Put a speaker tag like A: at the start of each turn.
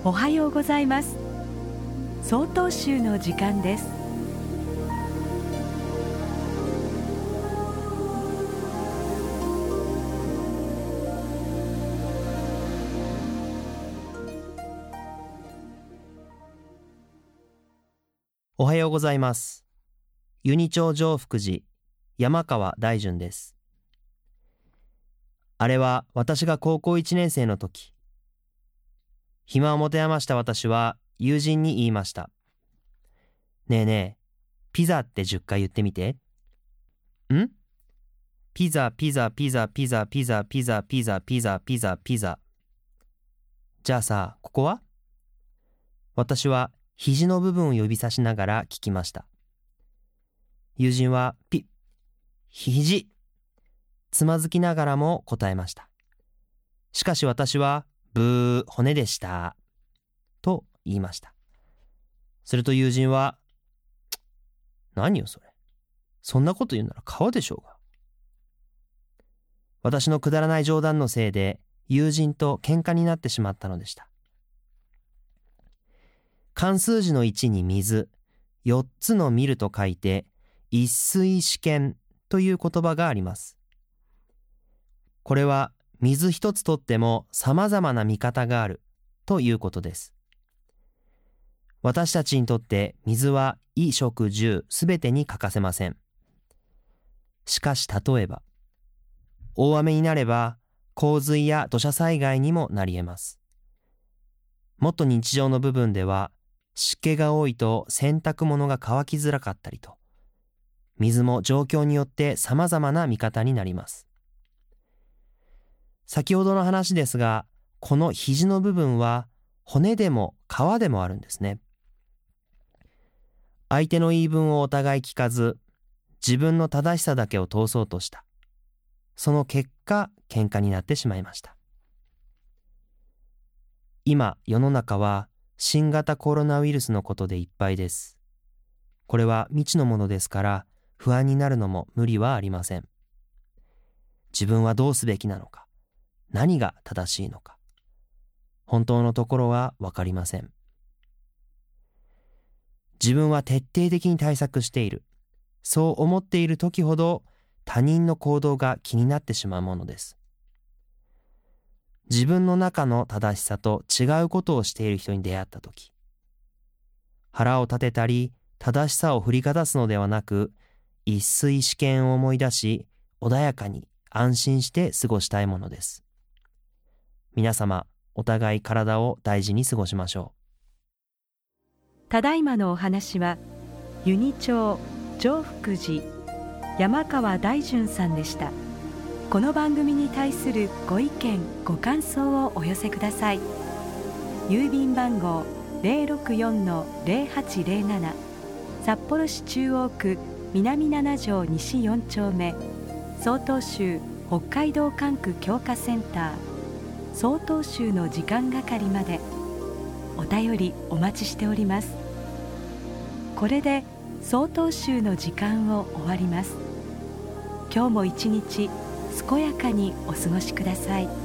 A: おはようございます。曹洞宗の時間です。
B: おはようございます。湯仁町常福寺山川大順です。あれは私が高校1年生の時、暇を持て余した私は友人に言いました。ねえねえ、ピザって10回言ってみて。ん？ピザピザピザピザピザピザピザピザピザピザ。じゃあさ、ここは？私は肘の部分を指さしながら聞きました。友人は肘、つまずきながらも答えました。しかし私はブー、骨でしたと言いました。すると友人は、何よそれ、そんなこと言うなら皮でしょうが。私のくだらない冗談のせいで友人と喧嘩になってしまったのでした。漢数字の1に水、4つの見ると書いて一水試験という言葉があります。これは水一つとっても様々な見方があるということです。私たちにとって水は衣食住すべてに欠かせません。しかし例えば、大雨になれば洪水や土砂災害にもなり得ます。もっと日常の部分では、湿気が多いと洗濯物が乾きづらかったりと、水も状況によって様々な見方になります。先ほどの話ですが、この肘の部分は骨でも皮でもあるんですね。相手の言い分をお互い聞かず、自分の正しさだけを通そうとした。その結果、喧嘩になってしまいました。今、世の中は新型コロナウイルスのことでいっぱいです。これは未知のものですから、不安になるのも無理はありません。自分はどうすべきなのか、何が正しいのか、本当のところはわかりません。自分は徹底的に対策している、そう思っている時ほど他人の行動が気になってしまうものです。自分の中の正しさと違うことをしている人に出会った時、腹を立てたり正しさを振りかざすのではなく、一水試験を思い出し、穏やかに安心して過ごしたいものです。皆様、お互い体を大事に過ごしましょ
A: う。ただいまのお話は湯仁町常福寺山川大順さんでした。この番組に対するご意見ご感想をお寄せください。郵便番号 064-0807 札幌市中央区南7条西4丁目、曹洞宗北海道管区強化センター曹洞宗の時間係までお便りお待ちしております。これで曹洞宗の時間を終わります。今日も一日健やかにお過ごしください。